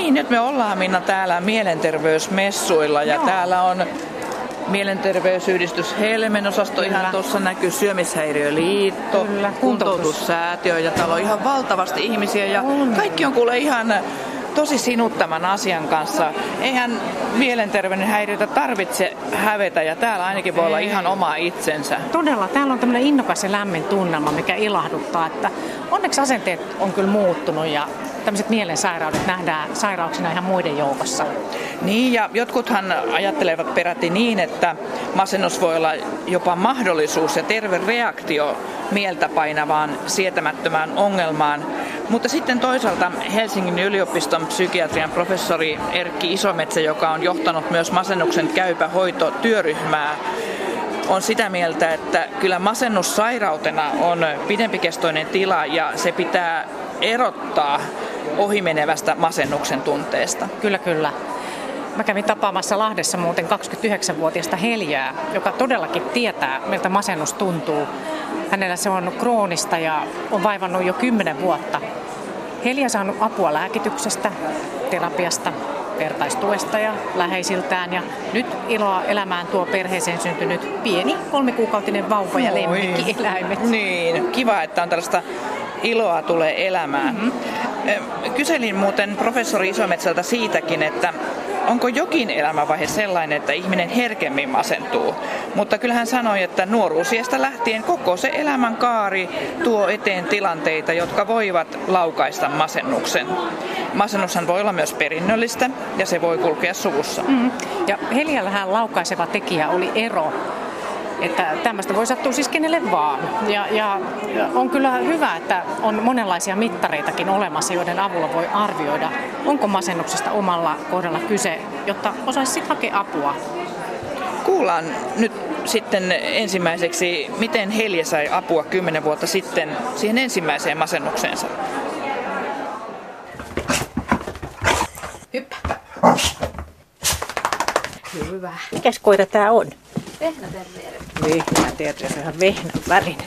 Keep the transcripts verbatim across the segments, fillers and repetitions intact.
Niin, nyt me ollaan, Minna, täällä mielenterveysmessuilla ja Joo. täällä on Mielenterveysyhdistys Helmen osasto, ihan tuossa näkyy Syömishäiriöliitto, Kyllä. kuntoutussäätiö ja täällä on ihan valtavasti ihmisiä ja kaikki on kuule ihan tosi sinuttaman asian kanssa. Eihän mielenterveyden häiriötä tarvitse hävetä ja täällä ainakin voi olla ihan oma itsensä. Todella, täällä on tämmöinen innokas ja lämmin tunnelma, mikä ilahduttaa, että onneksi asenteet on kyllä muuttunut ja tämmöiset mielensairaudet nähdään sairauksina ihan muiden joukossa. Niin, ja jotkuthan ajattelevat peräti niin, että masennus voi olla jopa mahdollisuus ja terve reaktio mieltä painavaan sietämättömään ongelmaan. Mutta sitten toisaalta Helsingin yliopiston psykiatrian professori Erkki Isometsä, joka on johtanut myös masennuksen käypä hoito työryhmää, on sitä mieltä, että kyllä masennus sairautena on pidempikestoinen tila ja se pitää erottaa ohimenevästä masennuksen tunteesta. Kyllä, kyllä. Mä kävin tapaamassa Lahdessa muuten kaksikymmentäyhdeksänvuotiaista Heliää, joka todellakin tietää, miltä masennus tuntuu. Hänellä se on kroonista ja on vaivannut jo kymmenen vuotta. Heliä on saanut apua lääkityksestä, terapiasta, vertaistuesta ja läheisiltään. Ja nyt iloa elämään tuo perheeseen syntynyt pieni kolmikuukautinen vauva ja lemmikkieläimet. Niin, kiva, että on tällaista iloa tulee elämään. Mm-hmm. Kyselin muuten professori Isometsältä siitäkin, että onko jokin elämänvaihe sellainen, että ihminen herkemmin masentuu. Mutta kyllä hän sanoi, että nuoruusiästä lähtien koko se elämänkaari tuo eteen tilanteita, jotka voivat laukaista masennuksen. Masennushan voi olla myös perinnöllistä ja se voi kulkea suvussa. Mm. Ja Heliällähän laukaiseva tekijä oli ero. Että tämmöistä voi sattua siis kenelle vaan. Ja, ja on kyllä hyvä, että on monenlaisia mittareitakin olemassa, joiden avulla voi arvioida, onko masennuksesta omalla kohdalla kyse, jotta osaisi sitten hakea apua. Kuullaan nyt sitten ensimmäiseksi, miten Helje sai apua kymmenen vuotta sitten siihen ensimmäiseen masennukseensa. Hyppää. Hyvä. Mikäs koira tää on? Vehnäterrieri. Vehnäterrieri, se on ihan vehnän värinen.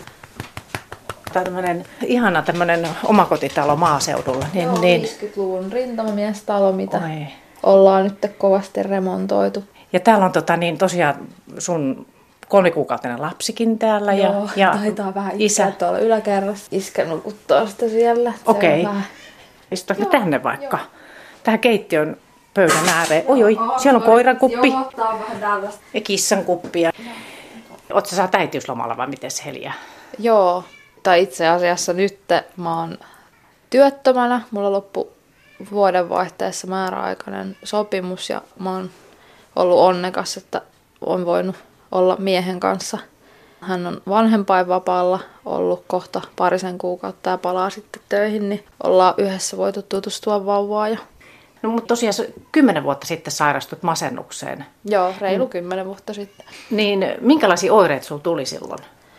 Tämä on tämmöinen ihana tämmöinen omakotitalo maaseudulla. Niin, Joo, niin. viisikymmentäluvun rintamamiestalo, mitä Oi. ollaan nyt kovasti remontoitu. Ja täällä on tota, niin, tosiaan sun kolmikuukautinen lapsikin täällä. Joo, ja, ja taitaa vähän isä tuolla yläkerrassa. Iskä nukuttaa sitä siellä. Okei. Okay. Istutaan tänne vaikka. Joo. Tähän keittiön pöydän ääreen. Oi, oi, siellä on koiran kuppi. Joo, tää on vähän tällaista. Ja kissan kuppia. Ootko sä saat äitiyslomalla vai miten se Heliä? Joo, tai itse asiassa nyt mä oon työttömänä. Mulla loppui vuodenvaihteessa määräaikainen sopimus ja mä oon ollut onnekas, että on voinut olla miehen kanssa. Hän on vanhempainvapaalla ollut kohta parisen kuukautta ja palaa sitten töihin, niin ollaan yhdessä voitu tutustua vauvaan. Ja... No mutta tosiaan kymmenen vuotta sitten sairastut masennukseen. Joo, reilu kymmenen vuotta sitten. Niin minkälaisia oireita sulla tuli silloin?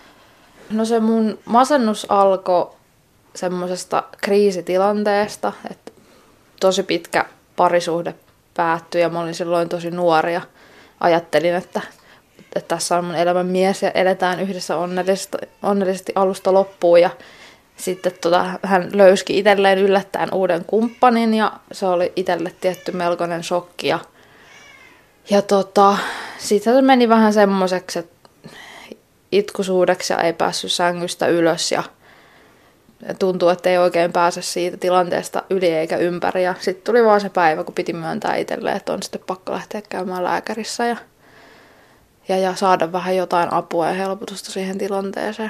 No se mun masennus alkoi semmoisesta kriisitilanteesta, että tosi pitkä parisuhde päättyi ja mä olin silloin tosi nuori ja ajattelin, että, että tässä on mun elämän mies ja eletään yhdessä onnellisesti, onnellisesti alusta loppuun ja sitten tota, hän löyski itselleen yllättäen uuden kumppanin ja se oli itselle tietty melkoinen shokki ja, ja tota, sitten se meni vähän semmoiseksi, että itkusuudeksi ja ei päässyt sängystä ylös ja tuntuu, että ei oikein pääse siitä tilanteesta yli eikä ympäri. Ja sitten tuli vaan se päivä, kun piti myöntää itselleen, että on sitten pakko lähteä käymään lääkärissä ja, ja, ja saada vähän jotain apua ja helpotusta siihen tilanteeseen.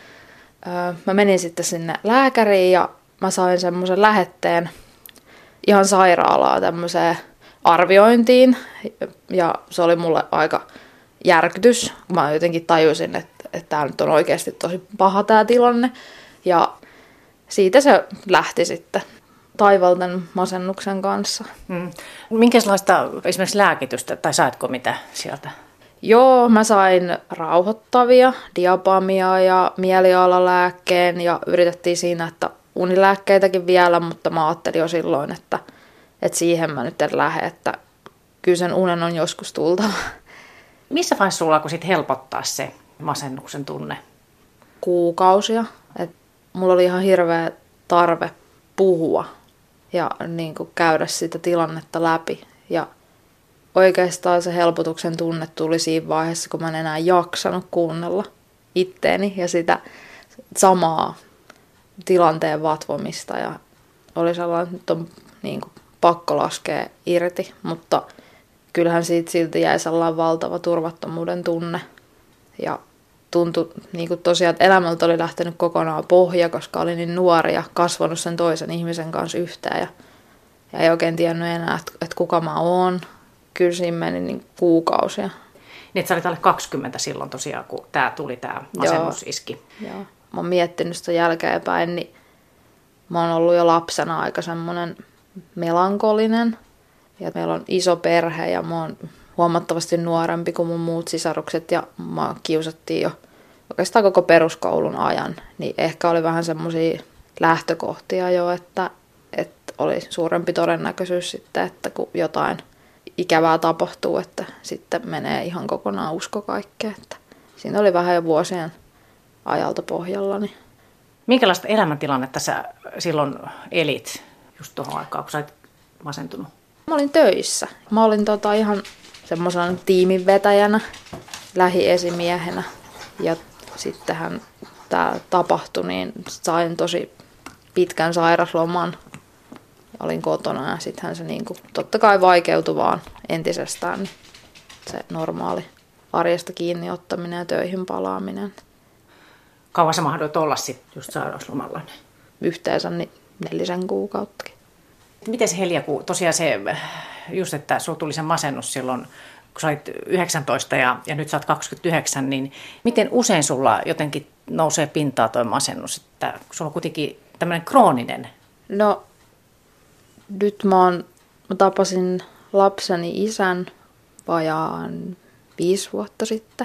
Öö, mä menin sitten sinne lääkäriin ja mä sain semmoisen lähetteen ihan sairaalaa tämmöiseen arviointiin. Ja se oli mulle aika järkytys. Mä jotenkin tajusin, että, että tämä nyt on oikeasti tosi paha tämä tilanne. Ja siitä se lähti sitten taivalten masennuksen kanssa. Hmm. Minkälaista esimerkiksi lääkitystä, tai saitko mitä sieltä? Joo, mä sain rauhoittavia, diapamia ja mielialalääkkeen ja yritettiin siinä, että unilääkkeitäkin vielä, mutta mä ajattelin jo silloin, että, että siihen mä nyt en lähde, että kyllä sen unen on joskus tultava. Missä vaiheessa sulla alkoi sit helpottaa se masennuksen tunne? Kuukausia. Et mulla oli ihan hirveä tarve puhua ja niin kuin käydä sitä tilannetta läpi. Ja oikeastaan se helpotuksen tunne tuli siinä vaiheessa, kun mä en enää jaksanut kuunnella itteeni ja sitä samaa tilanteen vatvomista. Ja oli sellainen, että nyt on niin kuin pakko laskea irti, mutta kyllähän siitä silti jäi sellainen valtava turvattomuuden tunne. Ja tuntui niin kuin tosiaan, että elämältä oli lähtenyt kokonaan pohja, koska olin niin nuori ja kasvanut sen toisen ihmisen kanssa yhteen. Ja, ja ei oikein tiennyt enää, että, että kuka mä oon. Kyllä siinä meni niin kuukausia. Niin, että sä olit alle kaksikymmentä silloin tosiaan, kun tää tuli, tämä masennus iski. Joo. Mä oon miettinyt sitä jälkeenpäin, niin mä oon ollut jo lapsena aika semmoinen melankolinen. Ja meillä on iso perhe ja mä oon huomattavasti nuorempi kuin mun muut sisarukset ja mä kiusattiin jo oikeastaan koko peruskoulun ajan. Niin ehkä oli vähän semmoisia lähtökohtia jo, että, että oli suurempi todennäköisyys sitten, että kun jotain ikävää tapahtuu, että sitten menee ihan kokonaan usko kaikkea. Että siinä oli vähän jo vuosien ajalta pohjalla. Niin. Minkälaista elämäntilannetta sä silloin elit just tuohon aikaan, kun sä olit masentunut? Mä olin töissä. Mä olin tota ihan semmoisena tiiminvetäjänä, lähiesimiehenä. Ja sittenhän tämä tapahtui, niin sain tosi pitkän sairasloman. Olin kotona ja sittenhän se niinku, totta kai vaikeutui vaan entisestään. Niin se normaali arjesta kiinni ottaminen ja töihin palaaminen. Kauan sä mahdoit olla sitten just sairauslomalla? Yhteensä niin nelisen kuukauttakin. Miten se Helja, kun tosiaan se, just että sulla tuli se masennus silloin, kun sä olit yhdeksäntoista ja, ja nyt sä oot kaksikymmentäyhdeksän, niin miten usein sulla jotenkin nousee pintaa toi masennus, että sulla on kuitenkin tämmöinen krooninen? No nyt mä, oon, mä tapasin lapseni isän vajaan viisi vuotta sitten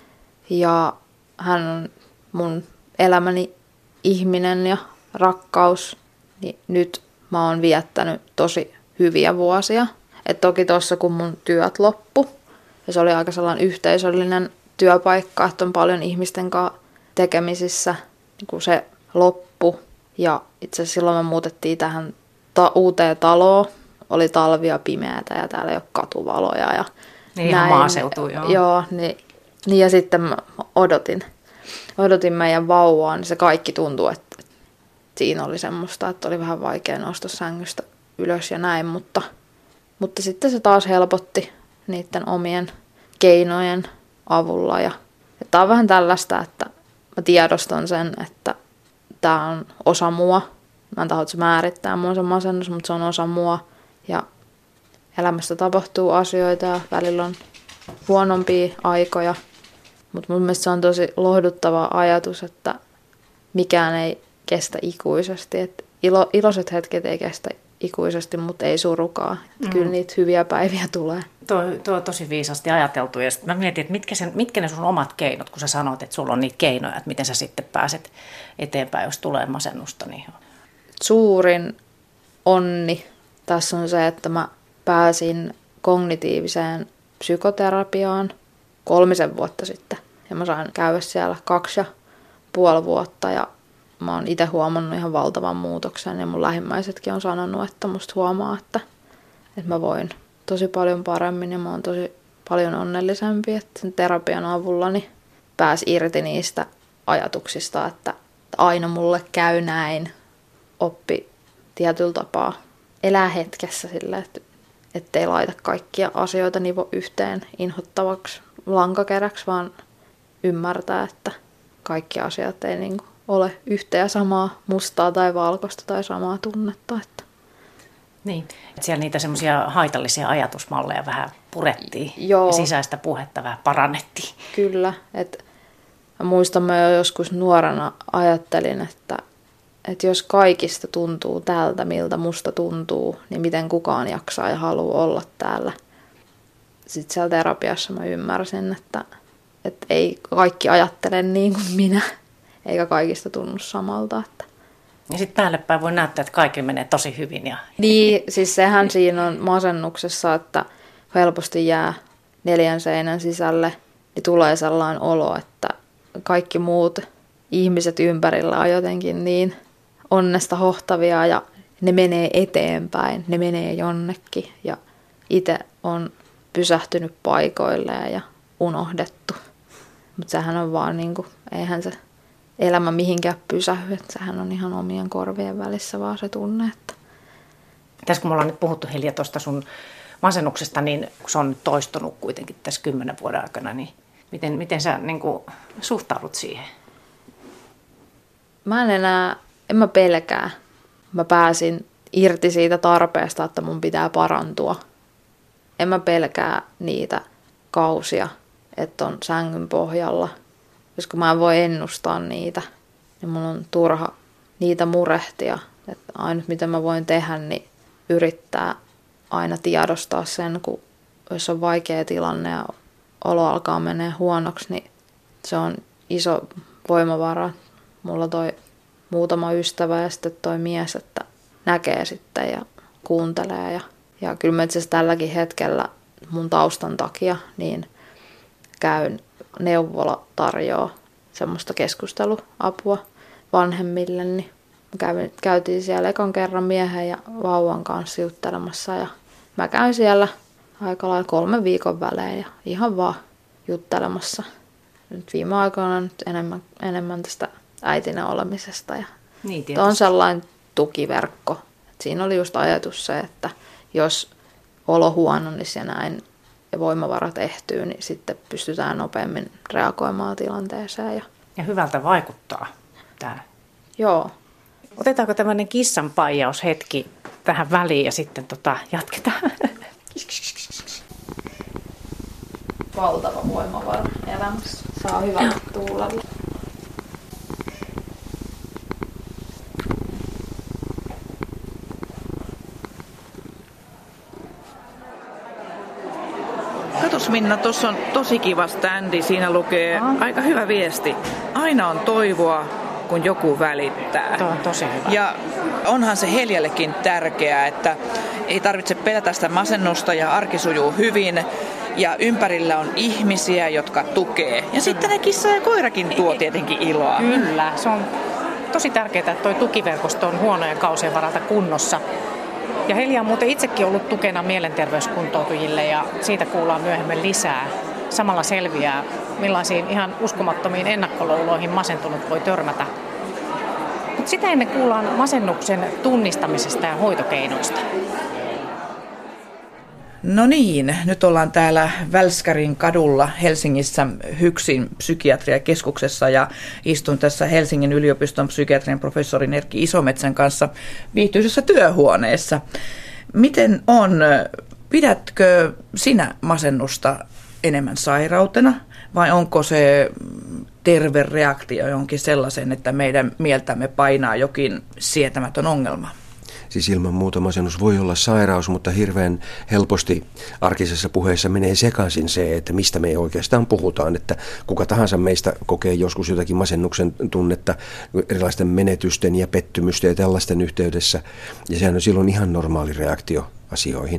ja hän on mun elämäni ihminen ja rakkaus, niin nyt mä oon viettänyt tosi hyviä vuosia. Et toki tuossa kun mun työt loppu, ja se oli aika sellainen yhteisöllinen työpaikka, että on paljon ihmisten kanssa tekemisissä, kun se loppu. Ja itse asiassa silloin me muutettiin tähän ta- uuteen taloon. Oli talvia pimeätä ja täällä ei ole katuvaloja. Ja niin ihan maaseutuu, joo. Joo, niin, niin ja sitten mä odotin, odotin meidän vauvaa, niin se kaikki tuntui, että siinä oli semmoista, että oli vähän vaikea nousta sängystä ylös ja näin, mutta, mutta sitten se taas helpotti niiden omien keinojen avulla. Ja, ja tää on vähän tällaista, että mä tiedostan sen, että tää on osa mua. Mä en taho, että se määrittää mua se masennus, mutta se on osa mua. Ja elämässä tapahtuu asioita ja välillä on huonompia aikoja. Mutta mun mielestä se on tosi lohduttava ajatus, että mikään ei kestä ikuisesti. Et ilo, iloiset hetket ei kestä ikuisesti, mutta ei surukaan. Mm. Kyllä niitä hyviä päiviä tulee. Tuo, tuo on tosi viisasti ajateltu. Ja mä mietin, että mitkä, sen, mitkä ne sun omat keinot, kun sä sanoit, että sulla on niitä keinoja, että miten sä sitten pääset eteenpäin, jos tulee masennusta. Niin... Suurin onni tässä on se, että mä pääsin kognitiiviseen psykoterapiaan kolmisen vuotta sitten. Ja mä sain käydä siellä kaksi ja puoli vuotta ja mä oon itse huomannut ihan valtavan muutoksen ja mun lähimmäisetkin on sanonut, että musta huomaa, että, että mä voin tosi paljon paremmin ja mä oon tosi paljon onnellisempi, että sen terapian avulla niin pääsi irti niistä ajatuksista, että aina mulle käy näin, oppi tietyllä tapaa elää hetkessä sillä, että ettei laita kaikkia asioita nivo yhteen inhottavaksi lankakeräksi, vaan ymmärtää, että kaikki asiat ei niin kuin ole yhtä ja samaa mustaa tai valkoista tai samaa tunnetta. Että. Niin, että siellä niitä semmoisia haitallisia ajatusmalleja vähän purettiin. Joo. Ja sisäistä puhetta vähän parannettiin. Kyllä, että muistan mä jo joskus nuorena ajattelin, että, että jos kaikista tuntuu tältä, miltä musta tuntuu, niin miten kukaan jaksaa ja haluaa olla täällä. Sitten siellä terapiassa mä ymmärsin, että, että ei kaikki ajattele niin kuin minä. Eikä kaikista tunnu samalta. Että. Ja sitten päällepäin voi näyttää, että kaikille menee tosi hyvin. Ja... Niin, siis sehän siinä on masennuksessa, että helposti jää neljän seinän sisälle, niin tulee sellainen olo, että kaikki muut ihmiset ympärillä on jotenkin niin onnesta hohtavia ja ne menee eteenpäin, ne menee jonnekin ja itse on pysähtynyt paikoilleen ja unohdettu. Mutta sehän on vaan niin kuin, eihän se elämä mihinkään pysähy, että sehän on ihan omien korvien välissä vaan se tunne. Että. Tässä kun me ollaan nyt puhuttu Helja tuosta sun masennuksesta, niin kun se on nyt toistunut kuitenkin tässä kymmenen vuoden aikana, niin miten, miten sä niin kuin suhtaudut siihen? Mä en enää, en mä pelkää. Mä pääsin irti siitä tarpeesta, että mun pitää parantua. En mä pelkää niitä kausia, että on sängyn pohjalla. Koska mä en voi ennustaa niitä, niin mun on turha niitä murehtia. Että ainut mitä mä voin tehdä, niin yrittää aina tiedostaa sen, kun jos on vaikea tilanne ja olo alkaa menee huonoksi, niin se on iso voimavara. Mulla toi muutama ystävä ja sitten toi mies, että näkee sitten ja kuuntelee. Ja, ja kyllä mä itse asiassa tälläkin hetkellä mun taustan takia niin käyn neuvola tarjoaa semmoista keskusteluapua vanhemmille, niin kävin, käytiin siellä ekan kerran miehen ja vauvan kanssa juttelemassa ja mä käyn siellä aika lailla kolmen viikon välein ja ihan vaan juttelemassa. Nyt viime aikoina nyt enemmän, enemmän tästä äitinä olemisesta ja niin, on sellainen tukiverkko. Et siinä oli just ajatus se, että jos olo huononisi ja näin ja voimavarat ehtyy, niin sitten pystytään nopeammin reagoimaan tilanteeseen. Ja, ja hyvältä vaikuttaa tämä. Joo. Otetaanko tämmöinen kissanpaijaushetki tähän väliin ja sitten tota, jatketaan? Valtava voimavara elämässä. Saa hyvältä tuulella. Katos Minna, tuossa on tosi kiva standi. Siinä lukee ah. aika hyvä viesti. Aina on toivoa, kun joku välittää. Tuo on tosi hyvä. Ja onhan se Heljallekin tärkeää, että ei tarvitse pelätä sitä masennusta ja arki sujuu hyvin. Ja ympärillä on ihmisiä, jotka tukee. Ja sitten ne kissa ja koirakin tuo tietenkin iloa. Kyllä, se on tosi tärkeää, että tuo tukiverkosto on huonojen kausien varalta kunnossa. Ja Helja on muuten itsekin ollut tukena mielenterveyskuntoutujille ja siitä kuullaan myöhemmin lisää. Samalla selviää, millaisiin ihan uskomattomiin ennakkoluuloihin masentunut voi törmätä. Mutta sitä ennen kuullaan masennuksen tunnistamisesta ja hoitokeinoista. No niin, nyt ollaan täällä Välskärin kadulla Helsingissä Hyksin psykiatriakeskuksessa ja istun tässä Helsingin yliopiston psykiatrian professori Erkki Isometsän kanssa viihtyisessä työhuoneessa. Miten on, pidätkö sinä masennusta enemmän sairautena vai onko se terve reaktio johonkin sellaisen, että meidän mieltämme painaa jokin sietämätön ongelma? Siis ilman muuta masennus voi olla sairaus, mutta hirveän helposti arkisessa puheessa menee sekaisin se, että mistä me oikeastaan puhutaan. Että kuka tahansa meistä kokee joskus jotakin masennuksen tunnetta erilaisten menetysten ja pettymysten ja tällaisten yhteydessä. Ja sehän on silloin ihan normaali reaktio asioihin.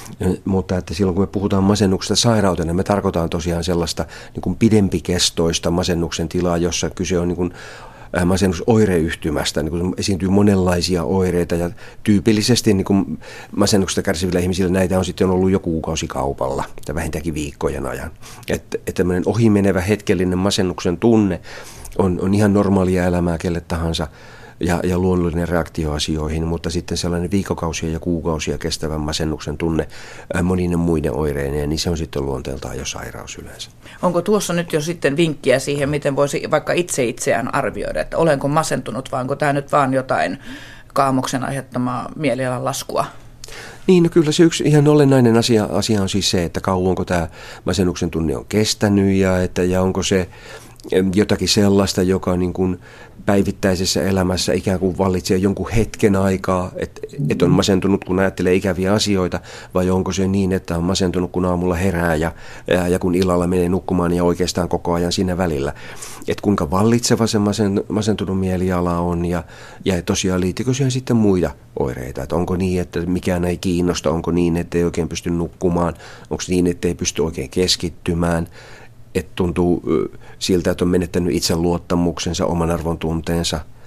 Mutta että silloin kun me puhutaan masennuksesta sairautena, me tarkoitaan tosiaan sellaista niin kuin pidempikestoista masennuksen tilaa, jossa kyse on niin kuin masennusoireyhtymästä, niin kun esiintyy monenlaisia oireita ja tyypillisesti niin kun masennuksesta kärsivillä ihmisillä näitä on sitten ollut jo kuukausikaupalla tai vähintäänkin viikkojen ajan. Että et tämmöinen ohimenevä hetkellinen masennuksen tunne on, on ihan normaalia elämää kelle tahansa ja, ja luonnollinen reaktio asioihin, mutta sitten sellainen viikkokausia ja kuukausia kestävän masennuksen tunne moninen muiden oireineen, niin se on sitten luonteeltaan jo sairaus yleensä. Onko tuossa nyt jo sitten vinkkiä siihen, miten voisi vaikka itse itseään arvioida, että olenko masentunut vai onko tämä nyt vaan jotain kaamoksen aiheuttamaa mielialan laskua? Niin, no kyllä se yksi ihan olennainen asia, asia on siis se, että kauanko tämä masennuksen tunne on kestänyt ja, että, ja onko se jotakin sellaista, joka niin kuin päivittäisessä elämässä ikään kuin vallitsee jonkun hetken aikaa, että et on masentunut, kun ajattelee ikäviä asioita, vai onko se niin, että on masentunut, kun aamulla herää ja, ja, ja kun illalla menee nukkumaan ja oikeastaan koko ajan siinä välillä. Että kuinka vallitseva se masen, masentunut mieliala on ja, ja tosiaan liittyykö siihen sitten muita oireita. Että onko niin, että mikään ei kiinnosta, onko niin, että ei oikein pysty nukkumaan, onko niin, että ei pysty oikein keskittymään. Että tuntuu siltä, että on menettänyt itseluottamuksensa, oman arvon tunteensa.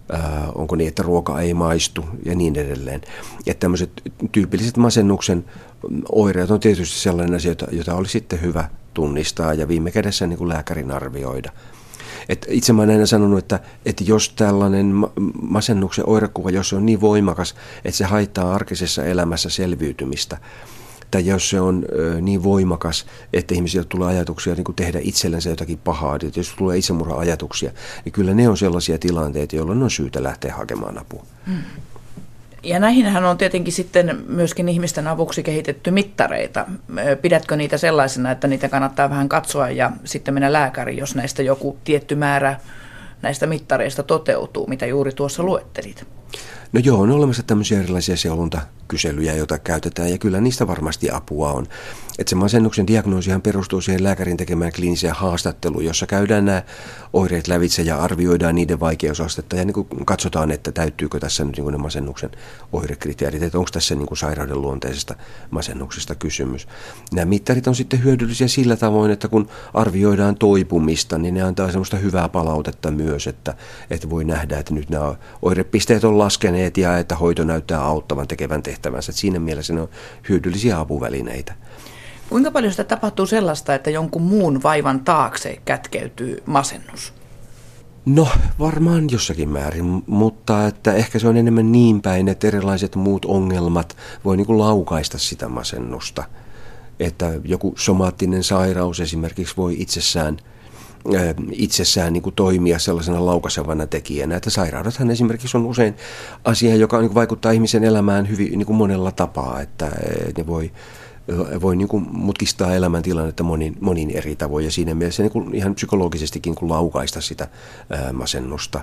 ää, onko niin, että ruoka ei maistu ja niin edelleen. Että tämmöiset tyypilliset masennuksen oireet on tietysti sellainen asia, jota, jota oli sitten hyvä tunnistaa ja viime kädessä niin kuin lääkärin arvioida. Et itse mä olen aina sanonut, että, että jos tällainen masennuksen oirekuva, jos se on niin voimakas, että se haittaa arkisessa elämässä selviytymistä, tai jos se on ö, niin voimakas, että ihmisille tulee ajatuksia niin kuin tehdä itsellensä jotakin pahaa, että jos tulee itsemurha-ajatuksia, niin kyllä ne on sellaisia tilanteita, jolloin on syytä lähteä hakemaan apua. Hmm. Ja näihinhän on tietenkin sitten myöskin ihmisten avuksi kehitetty mittareita. Pidätkö niitä sellaisena, että niitä kannattaa vähän katsoa ja sitten mennä lääkäriin, jos näistä joku tietty määrä näistä mittareista toteutuu, mitä juuri tuossa luettelit? No joo, on olemassa tämmöisiä erilaisia seulontakyselyjä, joita käytetään, ja kyllä niistä varmasti apua on. Että se masennuksen diagnoosihan perustuu siihen lääkärin tekemään kliiniseen haastatteluun, jossa käydään nämä oireet lävitse ja arvioidaan niiden vaikeusastetta, ja niin kuin katsotaan, että täyttyykö tässä nyt niin kuin ne masennuksen oirekriteerit, että onko tässä niin kuin sairauden luonteisesta masennuksesta kysymys. Nämä mittarit on sitten hyödyllisiä sillä tavoin, että kun arvioidaan toipumista, niin ne antaa semmoista hyvää palautetta myös, että, että voi nähdä, että nyt nämä oirepisteet on laskeneet, ja että hoito näyttää auttavan tekevän tehtävänsä. Että siinä mielessä ne on hyödyllisiä apuvälineitä. Kuinka paljon sitä tapahtuu sellaista, että jonkun muun vaivan taakse kätkeytyy masennus? No varmaan jossakin määrin, mutta että ehkä se on enemmän niin päin, että erilaiset muut ongelmat voi niin kuin laukaista sitä masennusta. Että joku somaattinen sairaus esimerkiksi voi itsessään itsessään niin kuin toimia sellaisena laukaisevana tekijänä, että sairaudethan esimerkiksi on usein asia, joka niin kuin vaikuttaa ihmisen elämään hyvin niin kuin monella tapaa, että ne voi, voi niin kuin mutkistaa elämäntilannetta monin, monin eri tavoin ja siinä mielessä niin kuin ihan psykologisestikin niin kuin laukaista sitä ää, masennusta.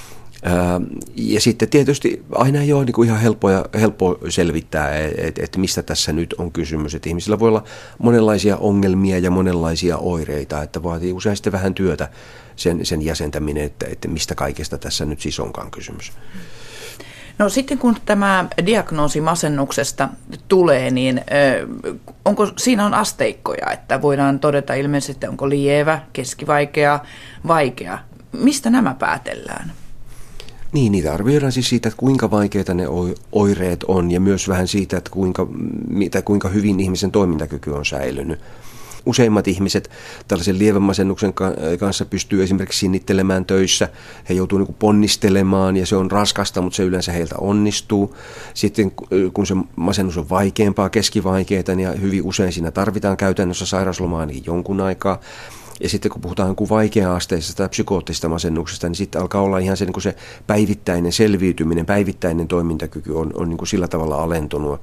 Ja sitten tietysti aina ei ole niin kuin ihan helppo, helppo selvittää, että et mistä tässä nyt on kysymys. Että ihmisillä voi olla monenlaisia ongelmia ja monenlaisia oireita, että vaatii usein sitten vähän työtä sen, sen jäsentäminen, että, että mistä kaikesta tässä nyt siis onkaan kysymys. No sitten kun tämä diagnoosi masennuksesta tulee, niin ö, onko siinä on asteikkoja, että voidaan todeta ilmeisesti, onko lievä, keskivaikea, vaikea. Mistä nämä päätellään? Niin, niitä arvioidaan siis siitä, että kuinka vaikeita ne oireet on ja myös vähän siitä, että kuinka, mitä, kuinka hyvin ihmisen toimintakyky on säilynyt. Useimmat ihmiset tällaisen lievän masennuksen kanssa pystyy esimerkiksi sinnittelemään töissä. He joutuu niin kuin ponnistelemaan ja se on raskasta, mutta se yleensä heiltä onnistuu. Sitten kun se masennus on vaikeampaa, keskivaikeaa, niin hyvin usein siinä tarvitaan käytännössä sairauslomaa ainakin jonkun aikaa. Ja sitten kun puhutaan niin vaikea-asteisesta tai psykoottisesta masennuksesta, niin sitten alkaa olla ihan se, niin kuin se päivittäinen selviytyminen, päivittäinen toimintakyky on, on niin kuin sillä tavalla alentunut,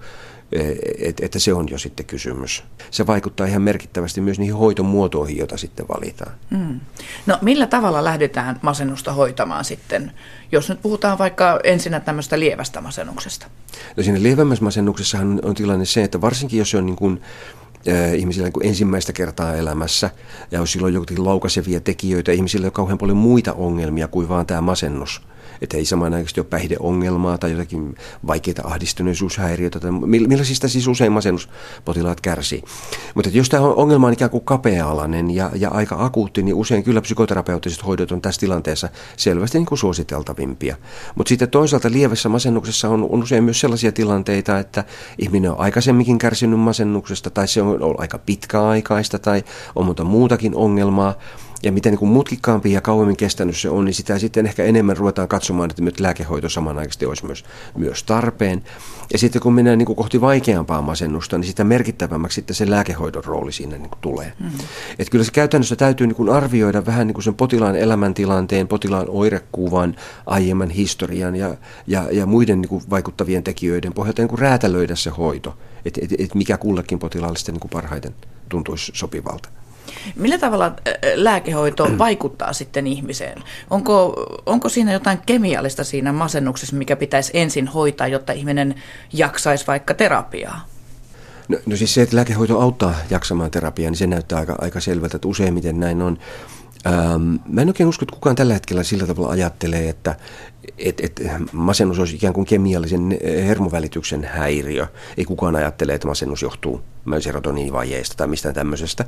että se on jo sitten kysymys. Se vaikuttaa ihan merkittävästi myös niihin hoitomuotoihin, joita sitten valitaan. Mm. No millä tavalla lähdetään masennusta hoitamaan sitten, jos nyt puhutaan vaikka ensinnä tämmöistä lievästä masennuksesta? No siinä lievämmässä masennuksessahan on, on tilanne se, että varsinkin jos se on niin kuin ihmisillä niin ensimmäistä kertaa elämässä, ja jos silloin jokin laukaisevia tekijöitä, ihmisillä on kauhean paljon muita ongelmia kuin vaan tämä masennus. Että ei samanaikaisesti ole päihdeongelmaa tai jotakin vaikeita ahdistuneisuushäiriöitä, tai millaisista siis usein masennuspotilaat kärsii. Mutta jos tämä ongelma on ikään kuin kapea-alainen ja, ja aika akuutti, niin usein kyllä psykoterapeuttiset hoidot on tässä tilanteessa selvästi niin kuin suositeltavimpia. Mutta sitten toisaalta lievässä masennuksessa on, on usein myös sellaisia tilanteita, että ihminen on aikaisemminkin kärsinyt masennuksesta, tai se on ollut aika pitkäaikaista, tai on monta muutakin ongelmaa. Ja mitä niin kuin mutkikkaampi ja kauemmin kestänyt se on, niin sitä sitten ehkä enemmän ruvetaan katsomaan, että nyt lääkehoito samanaikaisesti olisi myös, myös tarpeen. Ja sitten kun mennään niin kuin kohti vaikeampaa masennusta, niin sitä merkittävämmäksi sitten se lääkehoidon rooli siinä niin kuin tulee. Mm. Että kyllä se käytännössä täytyy niin kuin arvioida vähän niin kuin sen potilaan elämäntilanteen, potilaan oirekuvan, aiemman historian ja, ja, ja muiden niin kuin vaikuttavien tekijöiden pohjalta niin kuin räätälöidä se hoito, että et, et mikä kullekin potilaalle sitten niin kuin parhaiten tuntuisi sopivalta. Millä tavalla lääkehoito vaikuttaa sitten ihmiseen? Onko, onko siinä jotain kemiallista siinä masennuksessa, mikä pitäisi ensin hoitaa, jotta ihminen jaksaisi vaikka terapiaa? No, no siis se, että lääkehoito auttaa jaksamaan terapiaa, niin se näyttää aika, aika selvältä, että useimmiten näin on. Ähm, mä en oikein usko, että kukaan tällä hetkellä sillä tavalla ajattelee, että et, et masennus olisi ikään kuin kemiallisen hermovälityksen häiriö. Ei kukaan ajattele, että masennus johtuu serotoniinivajeesta tai mistään tämmöisestä,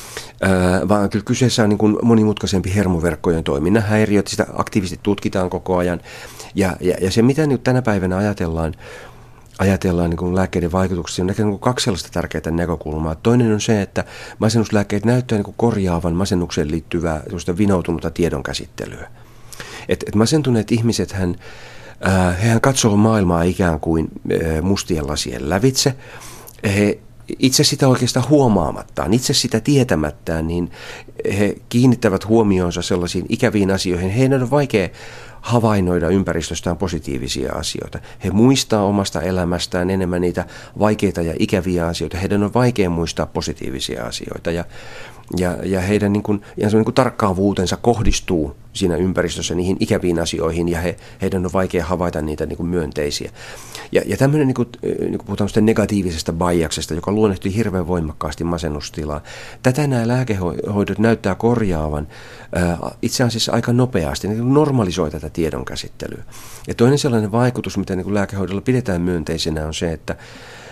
äh, vaan kyllä kyseessä on niin kuin monimutkaisempi hermoverkkojen toiminnan häiriö, sitä aktiivisesti tutkitaan koko ajan. Ja, ja, ja se, mitä nyt tänä päivänä ajatellaan, ajatellaan niin kuin lääkkeiden vaikutuksia, on niin kuin kaksi sellaista tärkeää näkökulmaa. Toinen on se, että masennuslääkkeet näyttää niin kuin korjaavan masennukseen liittyvää vinoutunutta tiedonkäsittelyä. Et, et masentuneet ihmiset, hän, äh, hehän katsoo maailmaa ikään kuin äh, mustien lasien lävitse. He itse sitä oikeastaan huomaamattaan, itse sitä tietämättään, niin he kiinnittävät huomionsa sellaisiin ikäviin asioihin. Heidän on vaikea havainnoida ympäristöstään positiivisia asioita. He muistaa omasta elämästään enemmän niitä vaikeita ja ikäviä asioita. Heidän on vaikea muistaa positiivisia asioita ja, ja, ja heidän niin kuin, ihan niin kuin tarkkaavuutensa kohdistuu siinä ympäristössä niihin ikäviin asioihin ja he, heidän on vaikea havaita niitä niin kuin myönteisiä. Ja, ja tämmöinen, niin kuin, niin kuin puhutaan negatiivisesta biaksesta, joka luonnehtii hirveän voimakkaasti masennustilaa. Tätä nämä lääkehoidot näyttää korjaavan ää, itse asiassa aika nopeasti, niin normalisoi tätä tiedonkäsittelyä. Ja toinen sellainen vaikutus, mitä niin kuin lääkehoidolla pidetään myönteisenä, on se, että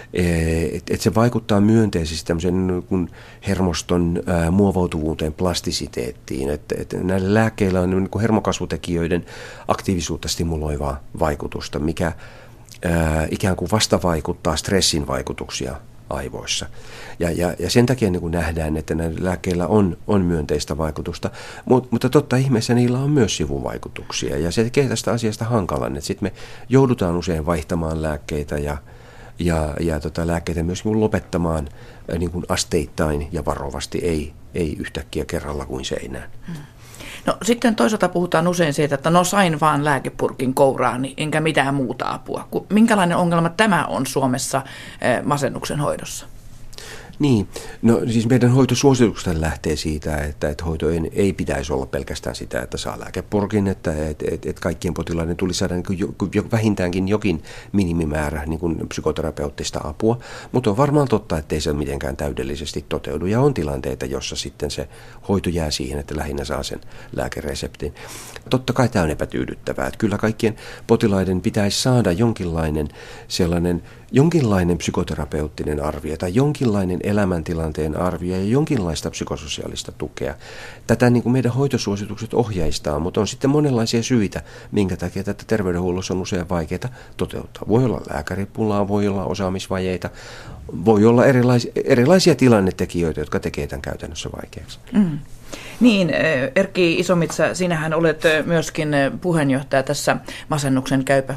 Että et se vaikuttaa myönteisesti tämmöisen niin hermoston ää, muovautuvuuteen, plastisiteettiin. Että et näillä lääkkeillä on niin kuin hermokasvutekijöiden aktiivisuutta stimuloivaa vaikutusta, mikä ää, ikään kuin vastavaikuttaa stressin vaikutuksia aivoissa. Ja, ja, ja sen takia niin kuin nähdään, että näillä lääkkeillä on, on myönteistä vaikutusta, Mut, mutta totta ihmeessä niillä on myös sivuvaikutuksia. Ja se tekee tästä asiasta hankalan, että sitten me joudutaan usein vaihtamaan lääkkeitä ja Ja, ja tota, lääkkeitä myös niin lopettamaan äh, niin kuin asteittain ja varovasti, ei, ei yhtäkkiä kerralla kuin seinään. Hmm. No sitten toisaalta puhutaan usein siitä, että no sain vaan lääkepurkin kouraani, enkä mitään muuta apua. Minkälainen ongelma tämä on Suomessa äh, masennuksen hoidossa? Niin, no siis meidän hoitosuositukset lähtee siitä, että, että hoito ei, ei pitäisi olla pelkästään sitä, että saa lääkepurkin, että, että, että, että kaikkien potilaiden tulisi saada niin jo, jo, vähintäänkin jokin minimimäärä niin kuin psykoterapeuttista apua, mutta on varmaan totta, että ei se mitenkään täydellisesti toteudu ja on tilanteita, jossa sitten se hoito jää siihen, että lähinnä saa sen lääkereseptin. Totta kai tämä on epätyydyttävää, että kyllä kaikkien potilaiden pitäisi saada jonkinlainen sellainen jonkinlainen psykoterapeuttinen arvio tai jonkinlainen elämäntilanteen arvio ja jonkinlaista psykososiaalista tukea. Tätä niin kuin meidän hoitosuositukset ohjeistaa, mutta on sitten monenlaisia syitä, minkä takia tätä terveydenhuollossa on usein vaikeaa toteuttaa. Voi olla lääkäripulaa, voi olla osaamisvajeita, voi olla erilaisia, erilaisia tilannetekijöitä, jotka tekevät tämän käytännössä vaikeaksi. Mm. Niin, Erkki Isomitsä, sinähän olet myöskin puheenjohtaja tässä masennuksen käypä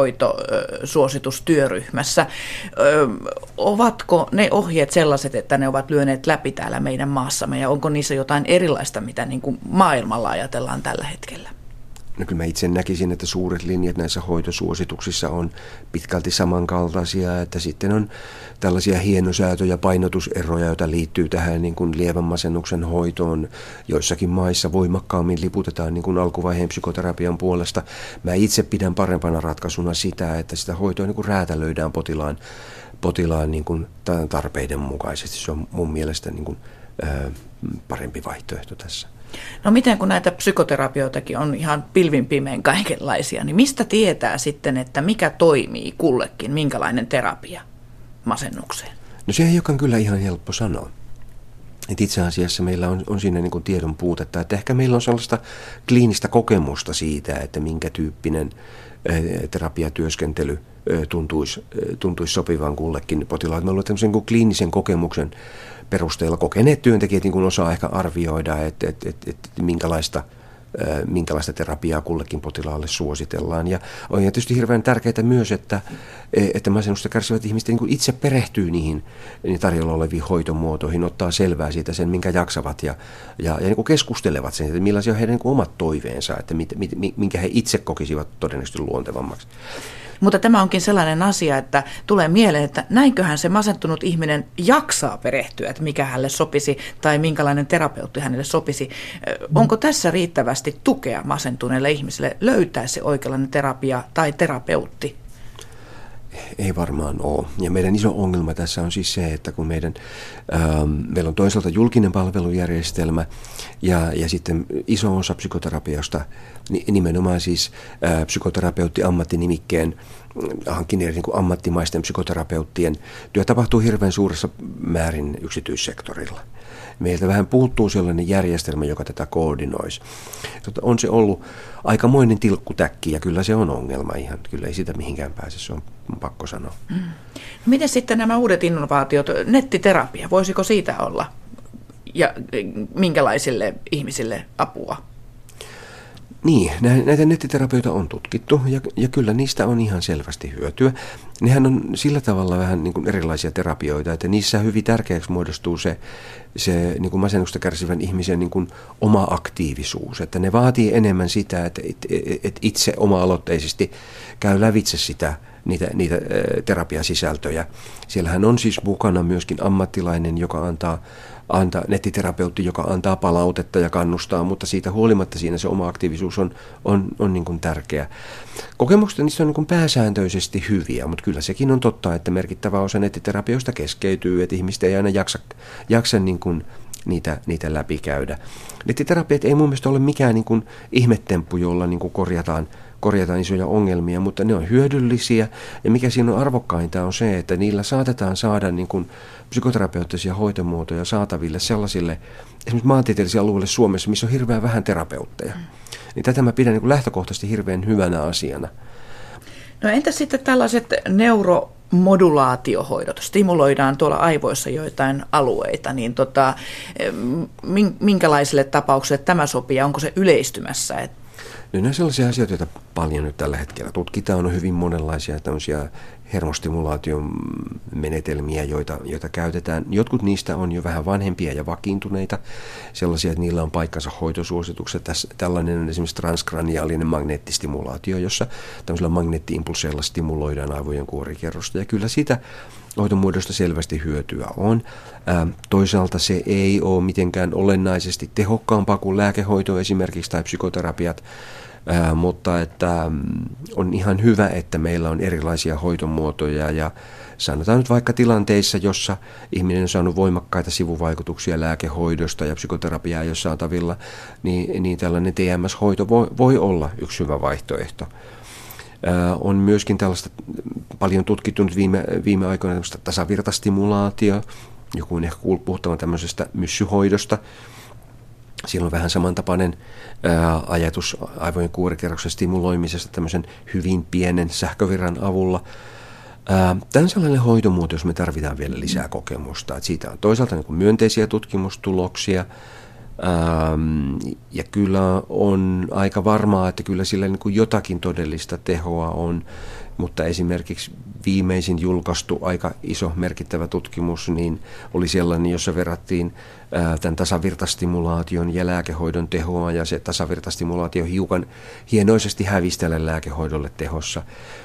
hoito-suositustyöryhmässä. Ovatko ne ohjeet sellaiset, että ne ovat lyöneet läpi täällä meidän maassamme ja onko niissä jotain erilaista, mitä niin kuin maailmalla ajatellaan tällä hetkellä? No kyllä mä itse näkisin, että suuret linjat näissä hoitosuosituksissa on pitkälti samankaltaisia, että sitten on tällaisia hienosäätöjä, painotuseroja, joita liittyy tähän niin kuin lievän masennuksen hoitoon. Joissakin maissa voimakkaammin liputetaan niin kuin alkuvaiheen psykoterapian puolesta. Mä itse pidän parempana ratkaisuna sitä, että sitä hoitoa niin kuin räätälöidään potilaan, potilaan niin kuin tarpeiden mukaisesti. Se on mun mielestä niin kuin, ää, parempi vaihtoehto tässä. No miten kun näitä psykoterapioitakin on ihan pilvin pimein kaikenlaisia, niin mistä tietää sitten, että mikä toimii kullekin, minkälainen terapia masennukseen? No se ei olekaan kyllä ihan helppo sanoa. Et itse asiassa meillä on, on siinä niin kuin tiedon puutetta, että ehkä meillä on sellaista kliinistä kokemusta siitä, että minkä tyyppinen terapiatyöskentely tuntuisi, tuntuisi sopivan kullekin potilaalle. Me ollaan tämmöisen niin kliinisen kokemuksen perusteella kokeneet työntekijät niin kuin osaa ehkä arvioida, että, että, että, että minkälaista, minkälaista terapiaa kullekin potilaalle suositellaan. Ja on tietysti hirveän tärkeää myös, että, että masennusta kärsivät ihmiset niin kuin itse perehtyy niihin niin tarjolla oleviin hoitomuotoihin, ottaa selvää siitä sen, minkä jaksavat ja, ja, ja niin kuin keskustelevat sen, että millaisia on heidän niin kuin omat toiveensa, että mit, mit, minkä he itse kokisivat todennäköisesti luontevammaksi. Mutta tämä onkin sellainen asia, että tulee mieleen, että näinköhän se masentunut ihminen jaksaa perehtyä, että mikä hänelle sopisi tai minkälainen terapeutti hänelle sopisi. Onko tässä riittävästi tukea masentuneelle ihmiselle löytää se oikeanlainen terapia tai terapeutti? Ei varmaan ole. Ja meidän iso ongelma tässä on siis se, että kun meidän, ähm, meillä on toisaalta julkinen palvelujärjestelmä ja, ja sitten iso osa psykoterapiasta, nimenomaan siis äh, psykoterapeutti ammattinimikkeen hankkineiden niin kuin ammattimaisten psykoterapeuttien työ tapahtuu hirveän suuressa määrin yksityissektorilla. Meiltä vähän puuttuu sellainen järjestelmä, joka tätä koordinoisi. On se ollut aikamoinen tilkkutäkki ja kyllä se on ongelma ihan. Kyllä ei sitä mihinkään pääse, se on pakko sanoa. Mm. No miten sitten nämä uudet innovaatiot, nettiterapia, voisiko siitä olla ja minkälaisille ihmisille apua? Niin, näitä nettiterapioita on tutkittu ja, ja kyllä niistä on ihan selvästi hyötyä. Nehän on sillä tavalla vähän niin kuin erilaisia terapioita, että niissä hyvin tärkeäksi muodostuu se, se niin kuin masennuksesta kärsivän ihmisen niin kuin oma aktiivisuus. Että ne vaatii enemmän sitä, että et itse oma-aloitteisesti käy lävitse sitä, niitä, niitä terapiasisältöjä. Siellähän on siis mukana myöskin ammattilainen, joka antaa Antaa, nettiterapeutti, joka antaa palautetta ja kannustaa, mutta siitä huolimatta siinä se oma aktiivisuus on, on, on niin kuin tärkeä. Kokemukset niistä on niin kuin pääsääntöisesti hyviä, mutta kyllä sekin on totta, että merkittävä osa nettiterapioista keskeytyy, että ihmiset ei aina jaksa, jaksa niin kuin niitä, niitä läpikäydä. Nettiterapiat ei mun mielestä ole mikään niin kuin ihmetemppu, jolla niin kuin korjataan korjataan isoja ongelmia, mutta ne on hyödyllisiä. Ja mikä siinä on arvokkainta on se, että niillä saatetaan saada niin kuin psykoterapeuttisia hoitomuotoja saataville sellaisille, esimerkiksi maantieteellisille alueille Suomessa, missä on hirveän vähän terapeutteja. Mm. Niin tätä mä pidän niin kuin lähtökohtaisesti hirveän hyvänä asiana. No entä sitten tällaiset neuromodulaatiohoidot? Stimuloidaan tuolla aivoissa joitain alueita, niin tota, minkälaisille tapauksille tämä sopii? Onko se yleistymässä? No, ne on sellaisia asioita, joita paljon nyt tällä hetkellä tutkitaan. On hyvin monenlaisia tämmöisiä hermostimulaation menetelmiä, joita, joita käytetään. Jotkut niistä on jo vähän vanhempia ja vakiintuneita, sellaisia, että niillä on paikkansa hoitosuositukset. Tässä, tällainen on esimerkiksi transkraniaalinen magneettistimulaatio, jossa tämmöisillä magneettiimpulseilla stimuloidaan aivojen kuorikerrosta. Ja kyllä sitä hoitomuodosta selvästi hyötyä on. Ää, toisaalta se ei ole mitenkään olennaisesti tehokkaampaa kuin lääkehoito esimerkiksi tai psykoterapiat, ää, mutta että on ihan hyvä, että meillä on erilaisia hoitomuotoja ja sanotaan nyt vaikka tilanteissa, jossa ihminen on saanut voimakkaita sivuvaikutuksia lääkehoidosta ja psykoterapiaa ei ole saatavilla, niin, niin tällainen T M S-hoito voi, voi olla yksi hyvä vaihtoehto. On myöskin tällaista paljon tutkittu nyt viime, viime aikoina tämmöistä tasavirtastimulaatio. Joku on ehkä kuullut puhuttavan tämmöisestä myssyhoidosta. Siellä on vähän samantapainen ää, ajatus aivojen kuorikerroksen stimuloimisesta tämmöisen hyvin pienen sähkövirran avulla. Ää, tämä on sellainen hoitomuoto, jos me tarvitaan vielä lisää kokemusta. Et siitä on toisaalta niin kuin myönteisiä tutkimustuloksia. Ähm, ja kyllä on aika varmaa, että kyllä sillä niin kuin jotakin todellista tehoa on, mutta esimerkiksi viimeisin julkaistu aika iso merkittävä tutkimus niin oli sellainen, jossa verrattiin äh, tämän tasavirtastimulaation ja lääkehoidon tehoa, ja se tasavirtastimulaatio hiukan hienoisesti hävisi tälle lääkehoidolle tehossa.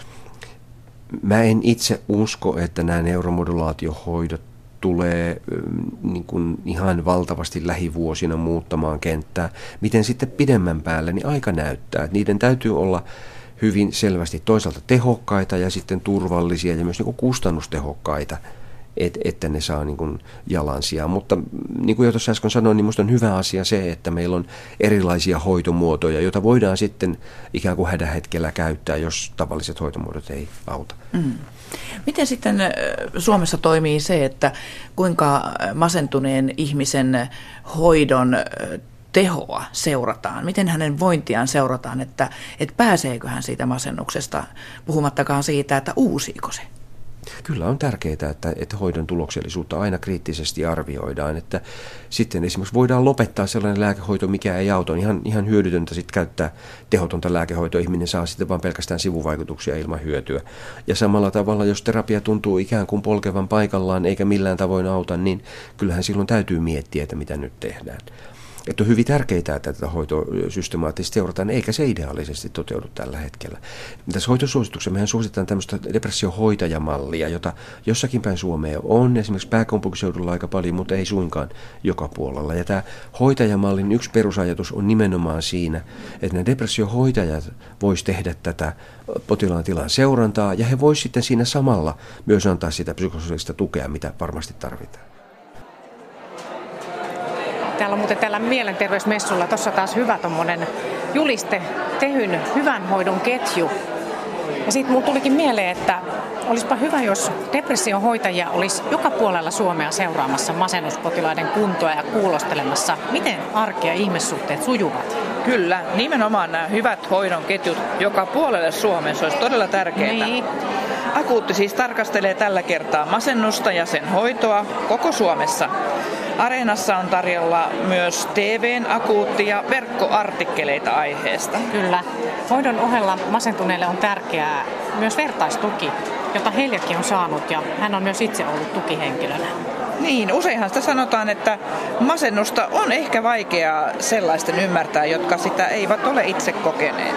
Mä en itse usko, että nämä neuromodulaatiohoidot tulee niin kuin ihan valtavasti lähivuosina muuttamaan kenttää. Miten sitten pidemmän päällä, niin aika näyttää. Niiden täytyy olla hyvin selvästi toisaalta tehokkaita ja sitten turvallisia ja myös niin kuin kustannustehokkaita, et, että ne saa niin kuin jalansijaa. Mutta niin kuin jo tuossa äsken sanoin, niin minusta on hyvä asia se, että meillä on erilaisia hoitomuotoja, joita voidaan sitten ikään kuin hädähetkellä käyttää, jos tavalliset hoitomuodot ei auta. Mm. Miten sitten Suomessa toimii se, että kuinka masentuneen ihmisen hoidon tehoa seurataan? Miten hänen vointiaan seurataan, että, että pääseekö hän siitä masennuksesta, puhumattakaan siitä, että uusiiko se? Kyllä on tärkeää, että, että hoidon tuloksellisuutta aina kriittisesti arvioidaan, että sitten esimerkiksi voidaan lopettaa sellainen lääkehoito, mikä ei auta. On ihan, ihan hyödytöntä sitten käyttää tehotonta lääkehoitoa, ihminen saa sitten vaan pelkästään sivuvaikutuksia ilman hyötyä. Ja samalla tavalla, jos terapia tuntuu ikään kuin polkevan paikallaan eikä millään tavoin auta, niin kyllähän silloin täytyy miettiä, että mitä nyt tehdään. Että on hyvin tärkeää, että tätä hoitoa systemaattisesti seurataan, eikä se ideaalisesti toteudu tällä hetkellä. Tässä hoitosuosituksessa mehän suositetaan tämmöistä depressiohoitajamallia, jota jossakin päin Suomea on, esimerkiksi pääkaupunkiseudulla aika paljon, mutta ei suinkaan joka puolella. Ja tämä hoitajamallin yksi perusajatus on nimenomaan siinä, että nämä depressiohoitajat vois tehdä tätä potilaan tilan seurantaa, ja he voisivat sitten siinä samalla myös antaa sitä psykososiaalista tukea, mitä varmasti tarvitaan. Täällä on muuten tällä mielenterveysmessulla tuossa taas hyvä tommonen juliste, Tehyn hyvän hoidon ketju. Ja siitä mulle tulikin mieleen, että olisipa hyvä, jos depressiohoitajia olisi joka puolella Suomea seuraamassa masennuspotilaiden kuntoa ja kuulostelemassa, miten arki ja ihmissuhteet sujuvat. Kyllä, nimenomaan nämä hyvät hoidon ketjut joka puolelle Suomeen, se olisi todella tärkeää. Niin. Akuutti siis tarkastelee tällä kertaa masennusta ja sen hoitoa koko Suomessa. Areenassa on tarjolla myös T V:n akuutti- ja verkkoartikkeleita aiheesta. Kyllä. Hoidon ohella masentuneelle on tärkeää myös vertaistuki, jota Heljakin on saanut, ja hän on myös itse ollut tukihenkilönä. Niin, useinhan sitä sanotaan, että masennusta on ehkä vaikeaa sellaisten ymmärtää, jotka sitä eivät ole itse kokeneet.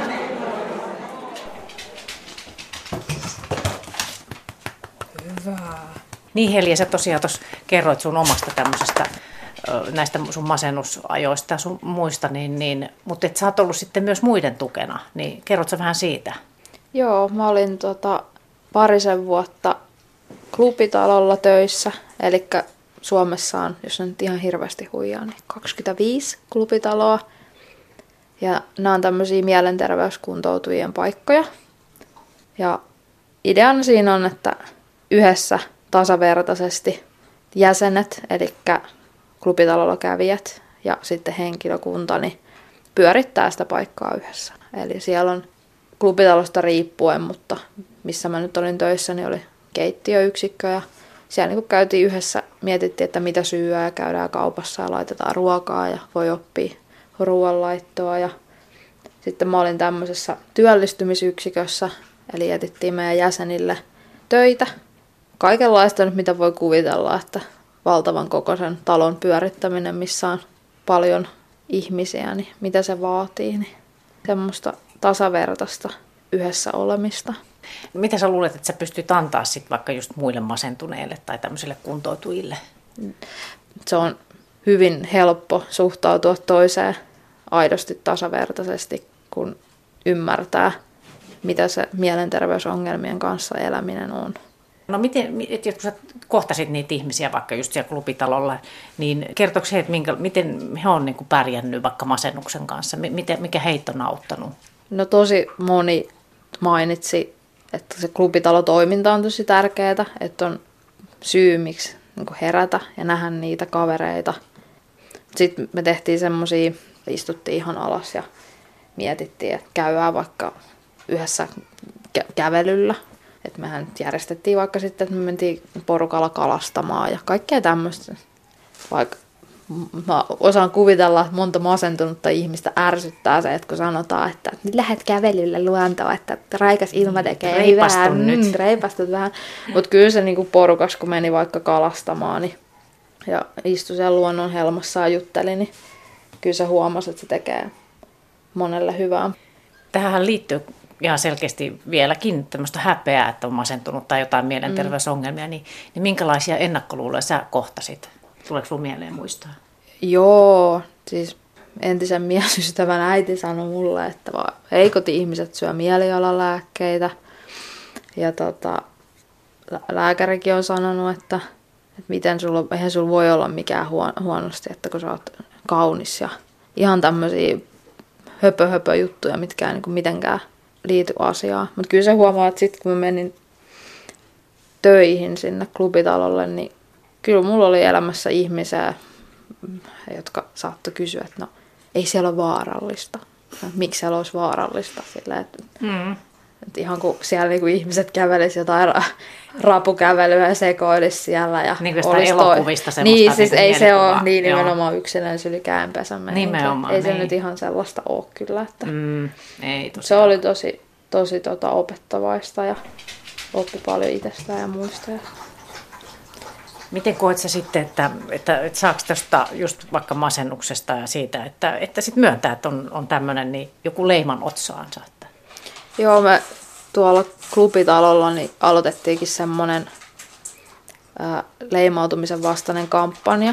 Hyvä. Niin Helja, sä tosiaan tuossa kerroit sun omasta tämmöisestä, näistä sun masennusajoista ja sun muista, niin, niin, mutta et sä oot ollut sitten myös muiden tukena, niin kerrot sä vähän siitä? Joo, mä olin tota, parisen vuotta klubitalolla töissä, eli Suomessa on, jos nyt ihan hirveästi huijaa, niin kaksikymmentäviisi klubitaloa. Ja nämä on tämmöisiä mielenterveyskuntoutujien paikkoja. Ja ideana siinä on, että yhdessä tasavertaisesti jäsenet, eli klubitalolla kävijät ja sitten henkilökunta, niin pyörittää sitä paikkaa yhdessä. Eli siellä on klubitalosta riippuen, mutta missä mä nyt olin töissä, niin oli keittiöyksikkö ja siellä niin kun käytiin yhdessä, mietittiin, että mitä syyä ja käydään kaupassa ja laitetaan ruokaa ja voi oppia ruoanlaittoa. Ja sitten mä olin tämmöisessä työllistymisyksikössä, eli jätettiin meidän jäsenille töitä. Kaikenlaista nyt, mitä voi kuvitella, että valtavan kokoisen talon pyörittäminen, missä on paljon ihmisiä, niin mitä se vaatii, niin semmoista tasavertaista yhdessä olemista. Mitä sä luulet, että sä pystyt antaa sit vaikka just muille masentuneille tai tämmöisille kuntoutujille? Se on hyvin helppo suhtautua toiseen aidosti tasavertaisesti, kun ymmärtää, mitä se mielenterveysongelmien kanssa eläminen on. No miten, että kun sä kohtasit niitä ihmisiä vaikka just siellä klubitalolla, niin kertoiko he, että minkä, miten he on niin kuin pärjännyt vaikka masennuksen kanssa? Miten, mikä heitä on auttanut? No tosi moni mainitsi, että se klubitalotoiminta on tosi tärkeää, että on syy, miksi niin herätä ja nähdä niitä kavereita. Sitten me tehtiin semmoisia, istuttiin ihan alas ja mietittiin, että käydään vaikka yhdessä kä- kävelyllä. Että mehän nyt järjestettiin vaikka sitten, että me mentiin porukalla kalastamaan ja kaikkea tämmöistä. Vaikka mä osaan kuvitella, että monta masentunutta ihmistä ärsyttää se, että kun sanotaan, että nyt lähdet kävelylle luontoon, että raikas ilma tekee hyvää. nyt. Reipastut vähän. Mutta kyllä se niinku porukas, kun meni vaikka kalastamaan niin, ja istui siellä luonnon helmassa ja jutteli, niin kyllä se huomasi, että se tekee monelle hyvää. Tähän liittyy ihan selkeästi vieläkin tämmöistä häpeää, että on masentunut tai jotain mielenterveysongelmia, mm. niin, niin minkälaisia ennakkoluuloja sä kohtasit? Tuleeko sinulla mieleen muistaa? Joo, siis entisen miesystävän äiti sanoi mulle, että heikot ihmiset syö mielialalääkkeitä. Ja tota, lääkärikin on sanonut, että, että miten sulla, eihän sulla voi olla mikään huonosti, että kun sä oot kaunis ja ihan tämmöisiä höpö höpö juttuja, mitkä ei niin kuin mitenkään liity asiaan. Mutta kyllä se huomaa, että sitten kun mä menin töihin sinne klubitalolle, niin kyllä mulla oli elämässä ihmisiä, jotka saattoi kysyä, että no ei siellä ole vaarallista. No, miksi siellä olisi vaarallista? Sillä, että, mm. että ihan kun siellä niin kuin ihmiset kävelisivät jotain rapukävelyä ja sekoilisi siellä. Ja niin kuin sitä elokuvista semmoista. Niin, siis niin ei se ole niin nimenomaan yksinäinen syli käänpesä. Nimenomaan. Ei se niin. nyt ihan sellaista ole kyllä. Että mm, ei se oli tosi, tosi tota, opettavaista ja oppi paljon itsestään ja muista. Miten koet sä sitten, että, että, että saako tästä just vaikka masennuksesta ja siitä, että, että sit myöntää, että on, on tämmöinen niin joku leiman otsaansa? Että... Joo, me tuolla klubitalolla niin aloitettiinkin semmoinen ää, leimautumisen vastainen kampanja.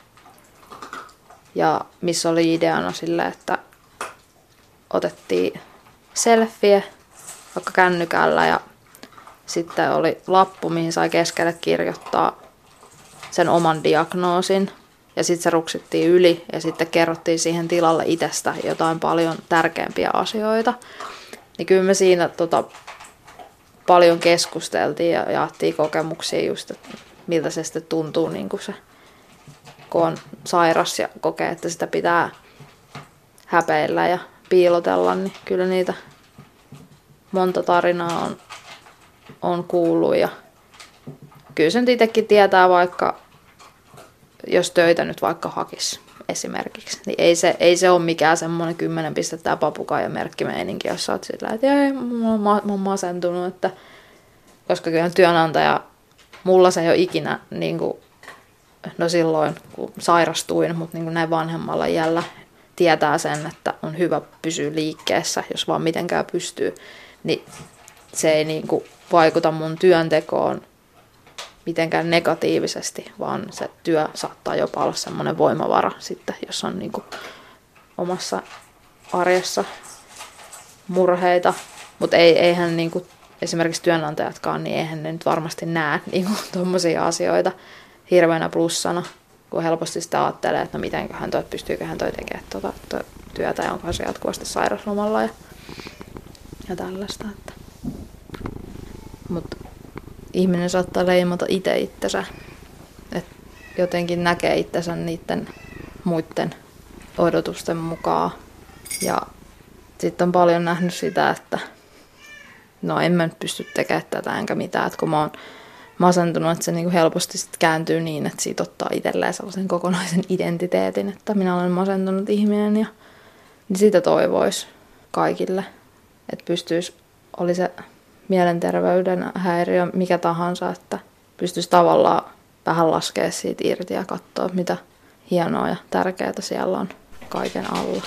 Ja missä oli ideana sille, että otettiin selfie vaikka kännykällä ja sitten oli lappu, mihin sai keskelle kirjoittaa sen oman diagnoosin. Ja sitten se ruksittiin yli ja sitten kerrottiin siihen tilalle itsestä jotain paljon tärkeämpiä asioita. Niin kyllä me siinä tota, paljon keskusteltiin ja jaettiin kokemuksia just, että miltä se sitten tuntuu, niin kuin se, kun on sairas ja kokee, että sitä pitää häpeillä ja piilotella, niin kyllä niitä monta tarinaa on, on kuullut. Ja kyllä sen itsekin tietää, vaikka jos töitä nyt vaikka hakisi esimerkiksi, niin ei se, ei se ole mikään semmoinen kymmenen pistettä papukaija merkkimeininki, jos sä oot sillä, että ei, mä, mä oon masentunut, että koska kyllä työnantaja, mulla se ei ole ikinä, niin kuin, no silloin kun sairastuin, mutta niin kuin näin vanhemmalla iällä tietää sen, että on hyvä pysyä liikkeessä, jos vaan mitenkään pystyy, niin se ei niin kuin vaikuta mun työntekoon mitenkään negatiivisesti, vaan se työ saattaa jopa olla semmoinen voimavara sitten, jos on niin kuin omassa arjessa murheita. Mutta ei, eihän niin kuin esimerkiksi työnantajatkaan, niin eihän ne nyt varmasti näe niin tuommoisia asioita hirveänä plussana, kun helposti sitä ajattelee, että no mitenköhän toi, pystyyköhän toi tekemään tuota, tuota työtä ja onko se jatkuvasti sairauslomalla ja, ja tällaista. Että. Mut ihminen saattaa leimata itse itsensä, että jotenkin näkee itsensä niiden muiden odotusten mukaan. Ja sitten on paljon nähnyt sitä, että no en mä nyt pysty tekemään tätä enkä mitään, että kun mä oon masentunut, että se niinku helposti sit kääntyy niin, että siitä ottaa itselleen sellaisen kokonaisen identiteetin, että minä olen masentunut ihminen ja niin sitä toivoisi kaikille, että pystyisi, oli se mielenterveyden häiriö mikä tahansa, että pystyisi tavallaan vähän laskea siitä irti ja katsoa, mitä hienoa ja tärkeää siellä on kaiken alla.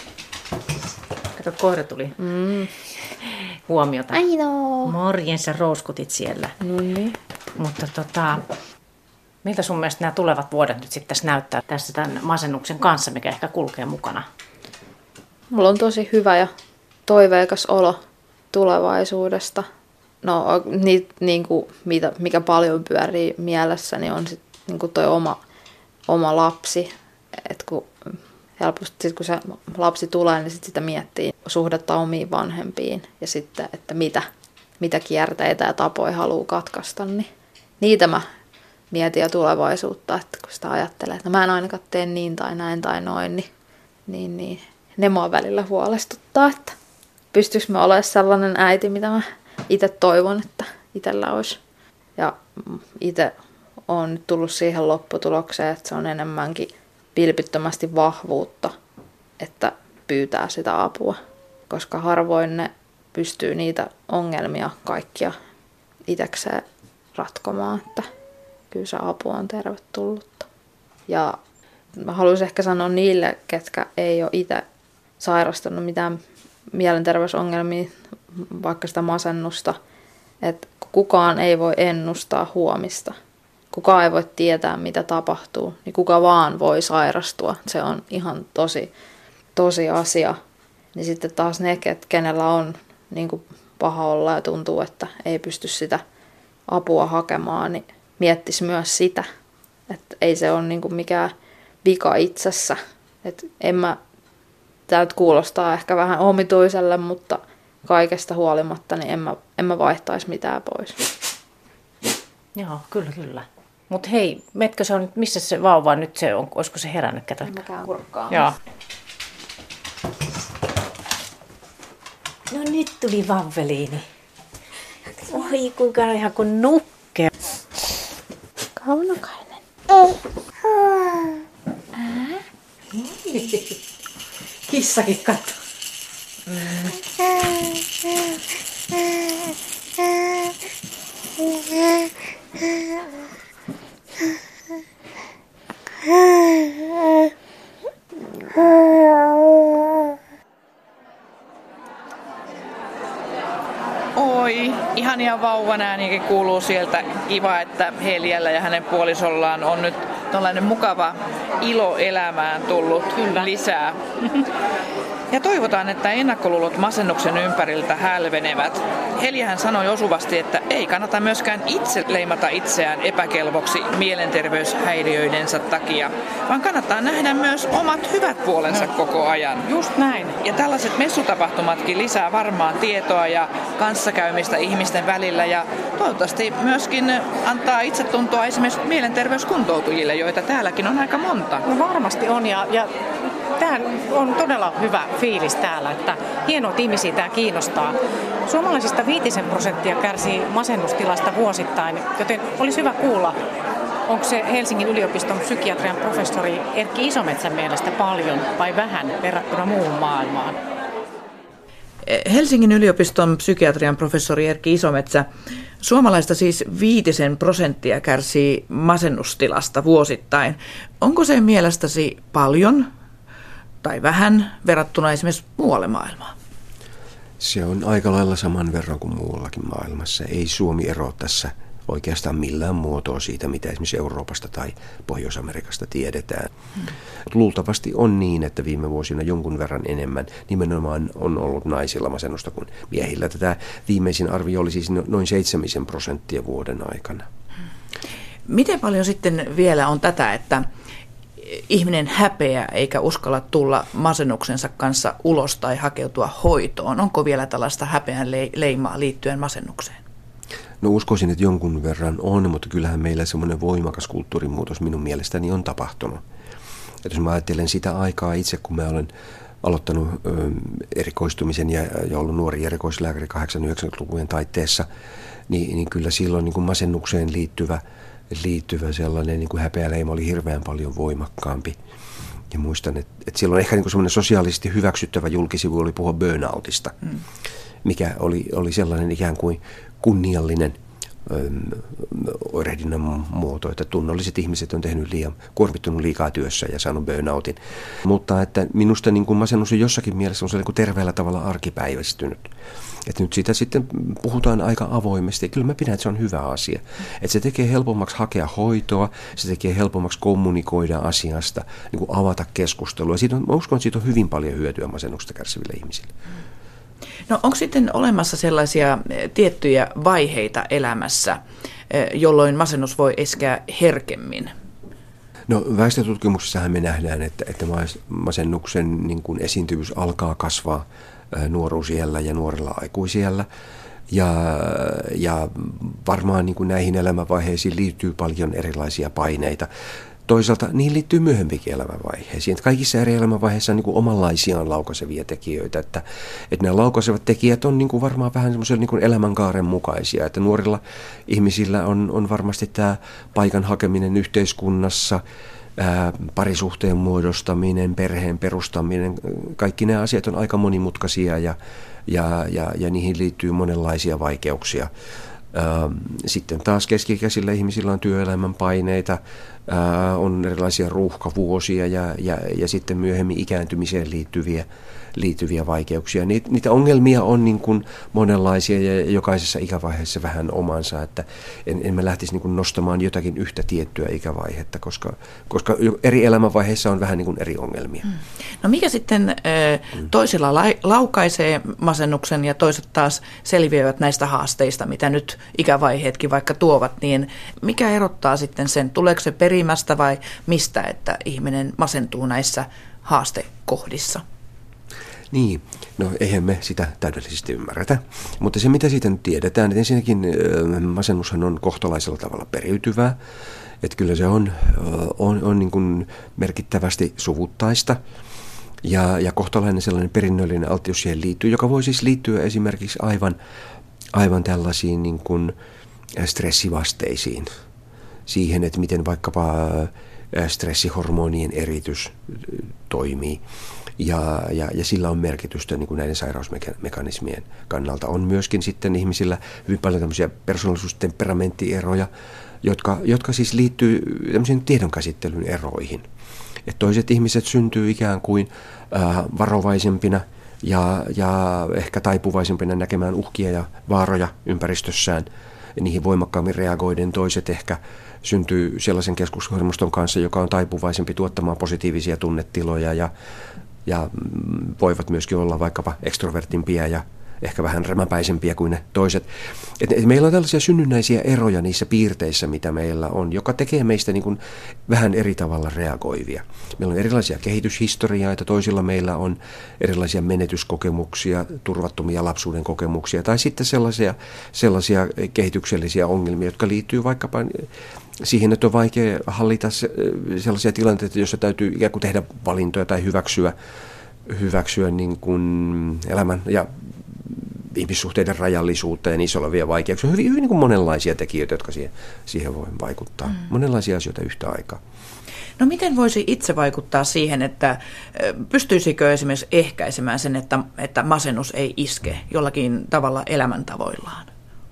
Kato, koira tuli mm. huomiota. Aino. Morjens, sä rouskutit siellä. No niin. Mutta tota, miltä sun mielestä nämä tulevat vuodet nyt sitten tässä näyttää tässä tämän masennuksen kanssa, mikä ehkä kulkee mukana? Mulla on tosi hyvä ja toiveikas olo tulevaisuudesta. No ni, niin kuin, mitä, mikä paljon pyörii mielessäni on sit, niin kuin toi oma, oma lapsi. Et kun helposti sit, kun se lapsi tulee, niin sit sitä miettii suhdetta omiin vanhempiin ja sitten, että mitä, mitä kierteitä ja tapoja haluaa katkaista. Niin niitä mä mietin ja tulevaisuutta, että kun sitä ajattelee, että no mä en ainakaan tee niin tai näin tai noin, niin, niin, niin ne mua välillä huolestuttaa, että pystyykö mä olemaan sellainen äiti, mitä mä itse toivon, että itsellä olisi. Ja itse olen nyt tullut siihen lopputulokseen, että se on enemmänkin vilpittömästi vahvuutta, että pyytää sitä apua. Koska harvoin ne pystyy niitä ongelmia kaikkia itsekseen ratkomaan, että kyllä se apu on tervetullutta. Ja mä haluaisin ehkä sanoa niille, ketkä ei ole itse sairastanut mitään mielenterveysongelmia, vaikka sitä masennusta, että kukaan ei voi ennustaa huomista. Kukaan ei voi tietää, mitä tapahtuu, niin kuka vaan voi sairastua. Se on ihan tosi, tosi asia. Niin sitten taas ne, kenellä on niin kuin paha olla ja tuntuu, että ei pysty sitä apua hakemaan, niin miettisi myös sitä, että ei se ole niin kuin mikään vika itsessä. Että en mä, tämä nyt kuulostaa ehkä vähän omituiselle, mutta kaikesta huolimatta niin en mä, en mä vaihtaisi mitään pois. Joo, kyllä, kyllä. Mutta hei, metkö se on nyt, missä se vauva nyt se on, olisiko se herännyt ketä? Mä käyn kurkkaan. Joo. No nyt tuli Vavveliini. Oi, kuinka ihan kuin nukke. Kaunokainen. Kissakin katso. Moi! Ihania vauvan ääniäkin kuuluu sieltä. Kiva, että Heliällä ja hänen puolisollaan on nyt tällainen mukava ilo elämään tullut Kyllä. lisää. Ja toivotaan, että ennakkoluulot masennuksen ympäriltä hälvenevät. Heliähän sanoi osuvasti, että ei kannata myöskään itse leimata itseään epäkelvoksi mielenterveyshäiriöidensä takia, vaan kannattaa nähdä myös omat hyvät puolensa no. koko ajan. Just näin. Ja tällaiset messutapahtumatkin lisää varmaan tietoa ja kanssakäymistä ihmisten välillä ja toivottavasti myöskin antaa itsetuntoa esimerkiksi mielenterveyskuntoutujille, joita täälläkin on aika monta. No varmasti on ja, ja tämä on todella hyvä fiilis täällä, että hienoa, että ihmisiä tämä kiinnostaa. Suomalaisista viitisen prosenttia kärsii masennustilasta vuosittain, joten olisi hyvä kuulla, onko se Helsingin yliopiston psykiatrian professori Erkki Isometsän mielestä paljon vai vähän verrattuna muuhun maailmaan? Helsingin yliopiston psykiatrian professori Erkki Isometsä, suomalaista siis viitisen prosenttia kärsii masennustilasta vuosittain. Onko se mielestäsi paljon tai vähän verrattuna esimerkiksi muualle maailmaan? Se on aika lailla saman verran kuin muuallakin maailmassa. Ei Suomi ero tässä oikeastaan millään muotoa siitä, mitä esimerkiksi Euroopasta tai Pohjois-Amerikasta tiedetään. Hmm. Luultavasti on niin, että viime vuosina jonkun verran enemmän nimenomaan on ollut naisilla masennusta kuin miehillä. Tätä viimeisin arvio oli siis noin seitsemisen prosenttia vuoden aikana. Hmm. Miten paljon sitten vielä on tätä, että ihminen häpeää eikä uskalla tulla masennuksensa kanssa ulos tai hakeutua hoitoon? Onko vielä tällaista häpeän leimaa liittyen masennukseen? No uskoisin, että jonkun verran on, mutta kyllähän meillä semmoinen voimakas kulttuurimuutos minun mielestäni on tapahtunut. Että jos mä ajattelen sitä aikaa itse, kun mä olen aloittanut ö, erikoistumisen ja, ja ollut nuori erikoislääkäri kahdeksankymmentä-yhdeksänkymmentälukujen taitteessa, niin, niin kyllä silloin niin kuin masennukseen liittyvä liittyvä sellainen niin kuin häpeäleima oli hirveän paljon voimakkaampi. Ja muistan, että, että silloin ehkä niin kuin semmoinen sosiaalisesti hyväksyttävä julkisivu oli puhua burnoutista, mm. mikä oli, oli sellainen ikään kuin kunniallinen oirehdinnan muoto, että tunnolliset ihmiset on tehnyt liian, kuormittunut liikaa työssä ja saanut burnoutin. Mutta että minusta niin kuin masennus on jossakin mielessä on se niin kuin terveellä tavalla arkipäiväistynyt. Että nyt siitä sitten puhutaan aika avoimesti ja kyllä mä pidän, että se on hyvä asia. Että se tekee helpommaksi hakea hoitoa, se tekee helpommaksi kommunikoida asiasta, niin kuin avata keskustelua. Siitä on, mä uskon, että siitä on hyvin paljon hyötyä masennuksesta kärsiville ihmisille. No onko sitten olemassa sellaisia tiettyjä vaiheita elämässä, jolloin masennus voi iskeä herkemmin? No väestötutkimuksessahan me nähdään, että, että masennuksen niin kuin esiintyvyys alkaa kasvaa nuoruusiällä ja nuorella aikuisiällä. Ja, ja varmaan niin kuin näihin elämänvaiheisiin liittyy paljon erilaisia paineita. Toisaalta niihin liittyy myöhempikin elämänvaiheisiin. Että kaikissa eri elämänvaiheissa on niin kuin omanlaisiaan laukaisevia tekijöitä. Että, että nämä laukaisevat tekijät on niin kuin varmaan vähän semmoisen niin kuin elämänkaaren mukaisia. Että nuorilla ihmisillä on, on varmasti tämä paikan hakeminen yhteiskunnassa, ää, parisuhteen muodostaminen, perheen perustaminen. Kaikki nämä asiat on aika monimutkaisia ja, ja, ja, ja niihin liittyy monenlaisia vaikeuksia. Sitten taas keski-ikäisillä ihmisillä on työelämän paineita, on erilaisia ruuhkavuosia ja, ja, ja sitten myöhemmin ikääntymiseen liittyviä, liittyviä vaikeuksia. Niitä ongelmia on niin kuin monenlaisia ja jokaisessa ikävaiheessa vähän omansa, että en, en mä lähtisi niin kuin nostamaan jotakin yhtä tiettyä ikävaihetta, koska, koska eri elämänvaiheissa on vähän niin kuin eri ongelmia. No mikä sitten toisilla laukaisee masennuksen ja toiset taas selviävät näistä haasteista, mitä nyt ikävaiheetkin vaikka tuovat, niin mikä erottaa sitten sen, tuleeko se perimästä vai mistä, että ihminen masentuu näissä haastekohdissa? Niin, no eihän me sitä täydellisesti ymmärretä, mutta se mitä siitä nyt tiedetään, että ensinnäkin masennushan on kohtalaisella tavalla periytyvää, että kyllä se on, on, on niin kuin merkittävästi suvuttaista ja, ja kohtalainen sellainen perinnöllinen alttius siihen liittyy, joka voi siis liittyä esimerkiksi aivan, aivan tällaisiin niin kuin stressivasteisiin, siihen, että miten vaikkapa stressihormonien eritys toimii. Ja, ja, ja sillä on merkitystä niin kuin näiden sairausmekanismien kannalta. On myöskin sitten ihmisillä hyvin paljon tämmöisiä persoonallisuustemperamentieroja, jotka, jotka siis liittyy tämmöisiin tiedonkäsittelyn eroihin. Et toiset ihmiset syntyy ikään kuin äh, varovaisempina, ja, ja ehkä taipuvaisempina näkemään uhkia ja vaaroja ympäristössään. Niihin voimakkaammin reagoiden toiset ehkä syntyy sellaisen keskushermoston kanssa, joka on taipuvaisempi tuottamaan positiivisia tunnetiloja ja, ja voivat myöskin olla vaikkapa ekstrovertimpia ja ehkä vähän rämäpäisempiä kuin ne toiset. Et, et meillä on tällaisia synnynnäisiä eroja niissä piirteissä, mitä meillä on, joka tekee meistä niin kuin vähän eri tavalla reagoivia. Meillä on erilaisia kehityshistorioita, toisilla meillä on erilaisia menetyskokemuksia, turvattomia lapsuuden kokemuksia, tai sitten sellaisia, sellaisia kehityksellisiä ongelmia, jotka liittyy vaikkapa siihen, että on vaikea hallita sellaisia tilanteita, joissa täytyy ikään kuin tehdä valintoja tai hyväksyä, hyväksyä niin kuin elämän ja ihmissuhteiden rajallisuutta ja niissä olevia vaikeuksia. On hyvin, hyvin niin kuin monenlaisia tekijöitä, jotka siihen, siihen voi vaikuttaa. Mm. Monenlaisia asioita yhtä aikaa. No miten voisi itse vaikuttaa siihen, että pystyisikö esimerkiksi ehkäisemään sen, että, että masennus ei iske jollakin tavalla elämäntavoillaan?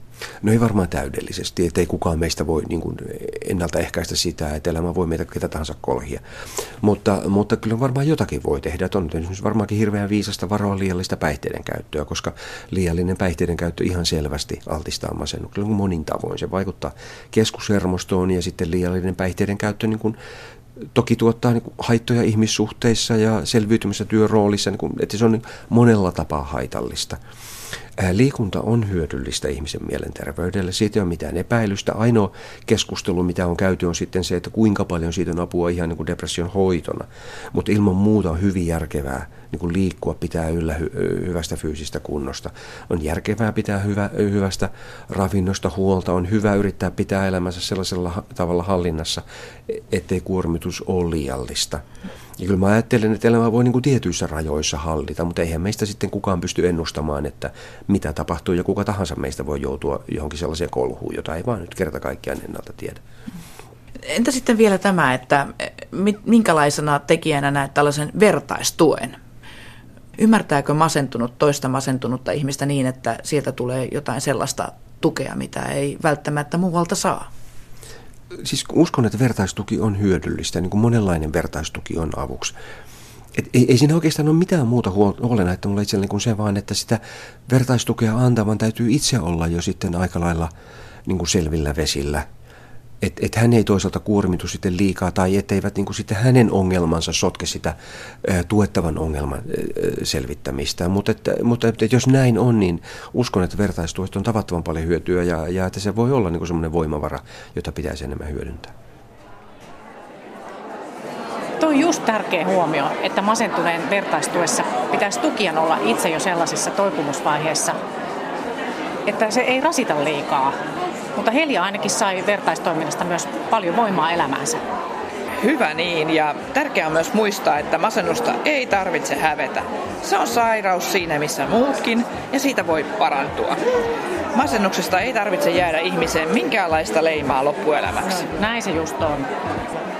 No ei varmaan täydellisesti, että ei kukaan meistä voi niin kuin ennaltaehkäistä sitä, että elämä voi meitä ketä tahansa kolhia. Mutta, mutta kyllä varmaan jotakin voi tehdä. Että on esimerkiksi varmaankin hirveän viisasta varoa liiallista päihteiden käyttöä, koska liiallinen päihteiden käyttö ihan selvästi altistaa masennukselle monin tavoin. Se vaikuttaa keskushermostoon ja sitten liiallinen päihteiden käyttö niin kuin toki tuottaa niin kuin haittoja ihmissuhteissa ja selviytymisessä työroolissa, niin kuin, että se on monella tapaa haitallista. Liikunta on hyödyllistä ihmisen mielenterveydelle, siitä ei ole mitään epäilystä. Ainoa keskustelu, mitä on käyty, on sitten se, että kuinka paljon siitä on apua ihan niin kuin depression hoitona. Mutta ilman muuta on hyvin järkevää niin kuin liikkua, pitää yllä hy- hyvästä fyysistä kunnosta. On järkevää pitää hyvä, hyvästä ravinnosta huolta, on hyvä yrittää pitää elämänsä sellaisella tavalla hallinnassa, ettei kuormitus ole liiallista. Ja kyllä mä ajattelen, että elämä voi niin kuin tietyissä rajoissa hallita, mutta eihän meistä sitten kukaan pysty ennustamaan, että mitä tapahtuu, ja kuka tahansa meistä voi joutua johonkin sellaiseen kolhuun, jota ei vaan nyt kerta kaikkiaan ennalta tiedä. Entä sitten vielä tämä, että minkälaisena tekijänä näet tällaisen vertaistuen? Ymmärtääkö masentunut toista masentunutta ihmistä niin, että sieltä tulee jotain sellaista tukea, mitä ei välttämättä muualta saa? Siis uskon, että vertaistuki on hyödyllistä, niin kuin monenlainen vertaistuki on avuksi. Et ei, ei siinä oikeastaan ole mitään muuta huolenaihetta mulla itselleni kuin se vaan, että sitä vertaistukea antavan täytyy itse olla jo sitten aika lailla niin kuin selvillä vesillä. Että et hän ei toisaalta kuormitu sitten liikaa tai etteivät niin kuin sitten hänen ongelmansa sotke sitä ä, tuettavan ongelman ä, selvittämistä. Mutta, että, mutta että jos näin on, niin uskon, että vertaistuesta on tavattoman paljon hyötyä ja, ja että se voi olla niin kuin semmoinen voimavara, jota pitäisi enemmän hyödyntää. Tuo on just tärkeä huomio, että masentuneen vertaistuessa pitäisi tukijan olla itse jo sellaisessa toipumusvaiheessa, että se ei rasita liikaa. Mutta Helja ainakin sai vertaistoiminnasta myös paljon voimaa elämäänsä. Hyvä niin, ja tärkeää on myös muistaa, että masennusta ei tarvitse hävetä. Se on sairaus siinä missä muutkin, ja siitä voi parantua. Masennuksesta ei tarvitse jäädä ihmiseen minkäänlaista leimaa loppuelämäksi. No, näin se just on.